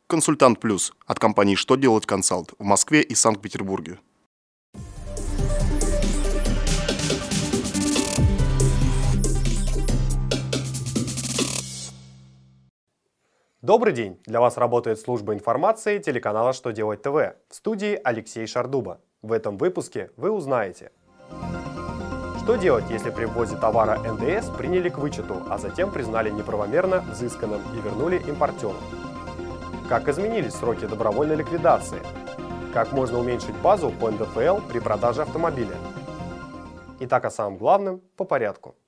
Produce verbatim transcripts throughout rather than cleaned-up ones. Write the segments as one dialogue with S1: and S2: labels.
S1: Консультант Плюс от компании «Что делать консалт» в Москве и Санкт-Петербурге.
S2: Добрый день! Для вас работает служба информации телеканала «Что делать ТВ». В студии Алексей Шардуба. В этом выпуске вы узнаете: что делать, если при ввозе товара эн дэ эс приняли к вычету, а затем признали неправомерно взысканным и вернули импортеру? Как изменились сроки добровольной ликвидации? Как можно уменьшить базу по эн дэ эф эл при продаже автомобиля? Итак, о самом главном по порядку.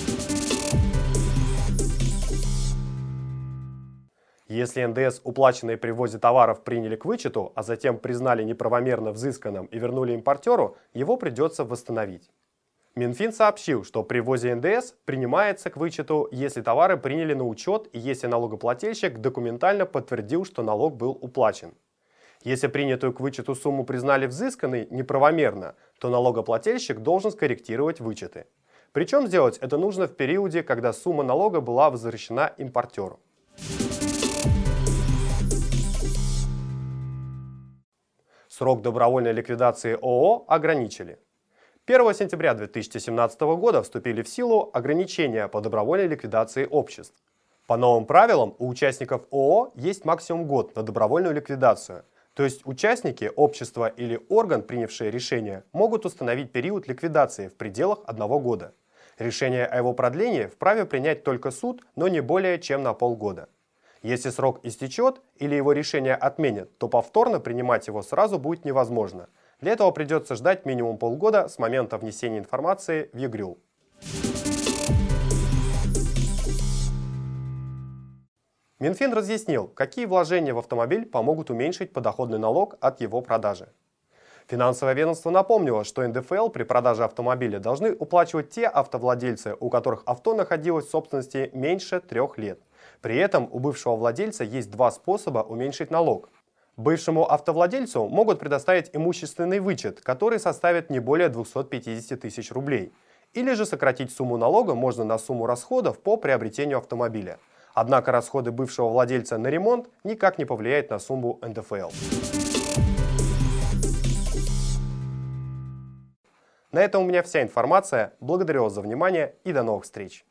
S2: Если эн дэ эс, уплаченный при ввозе товаров, приняли к вычету, а затем признали неправомерно взысканным и вернули импортеру, его придется восстановить. Минфин сообщил, что при ввозе эн дэ эс принимается к вычету, если товары приняли на учет и если налогоплательщик документально подтвердил, что налог был уплачен. Если принятую к вычету сумму признали взысканной неправомерно, то налогоплательщик должен скорректировать вычеты. Причем сделать это нужно в периоде, когда сумма налога была возвращена импортеру. Срок добровольной ликвидации ООО ограничили. первого сентября две тысячи семнадцатого года вступили в силу ограничения по добровольной ликвидации обществ. По новым правилам у участников ООО есть максимум год на добровольную ликвидацию. То есть участники, общества или орган, принявшие решение, могут установить период ликвидации в пределах одного года. Решение о его продлении вправе принять только суд, но не более чем на полгода. Если срок истечет или его решение отменят, то повторно принимать его сразу будет невозможно. Для этого придется ждать минимум полгода с момента внесения информации в ЕГРЮЛ. Минфин разъяснил, какие вложения в автомобиль помогут уменьшить подоходный налог от его продажи. Финансовое ведомство напомнило, что эн дэ эф эл при продаже автомобиля должны уплачивать те автовладельцы, у которых авто находилось в собственности меньше трех лет. При этом у бывшего владельца есть два способа уменьшить налог. Бывшему автовладельцу могут предоставить имущественный вычет, который составит не более двухсот пятидесяти тысяч рублей. Или же сократить сумму налога можно на сумму расходов по приобретению автомобиля. Однако расходы бывшего владельца на ремонт никак не повлияют на сумму эн дэ эф эл. На этом у меня вся информация. Благодарю вас за внимание и до новых встреч!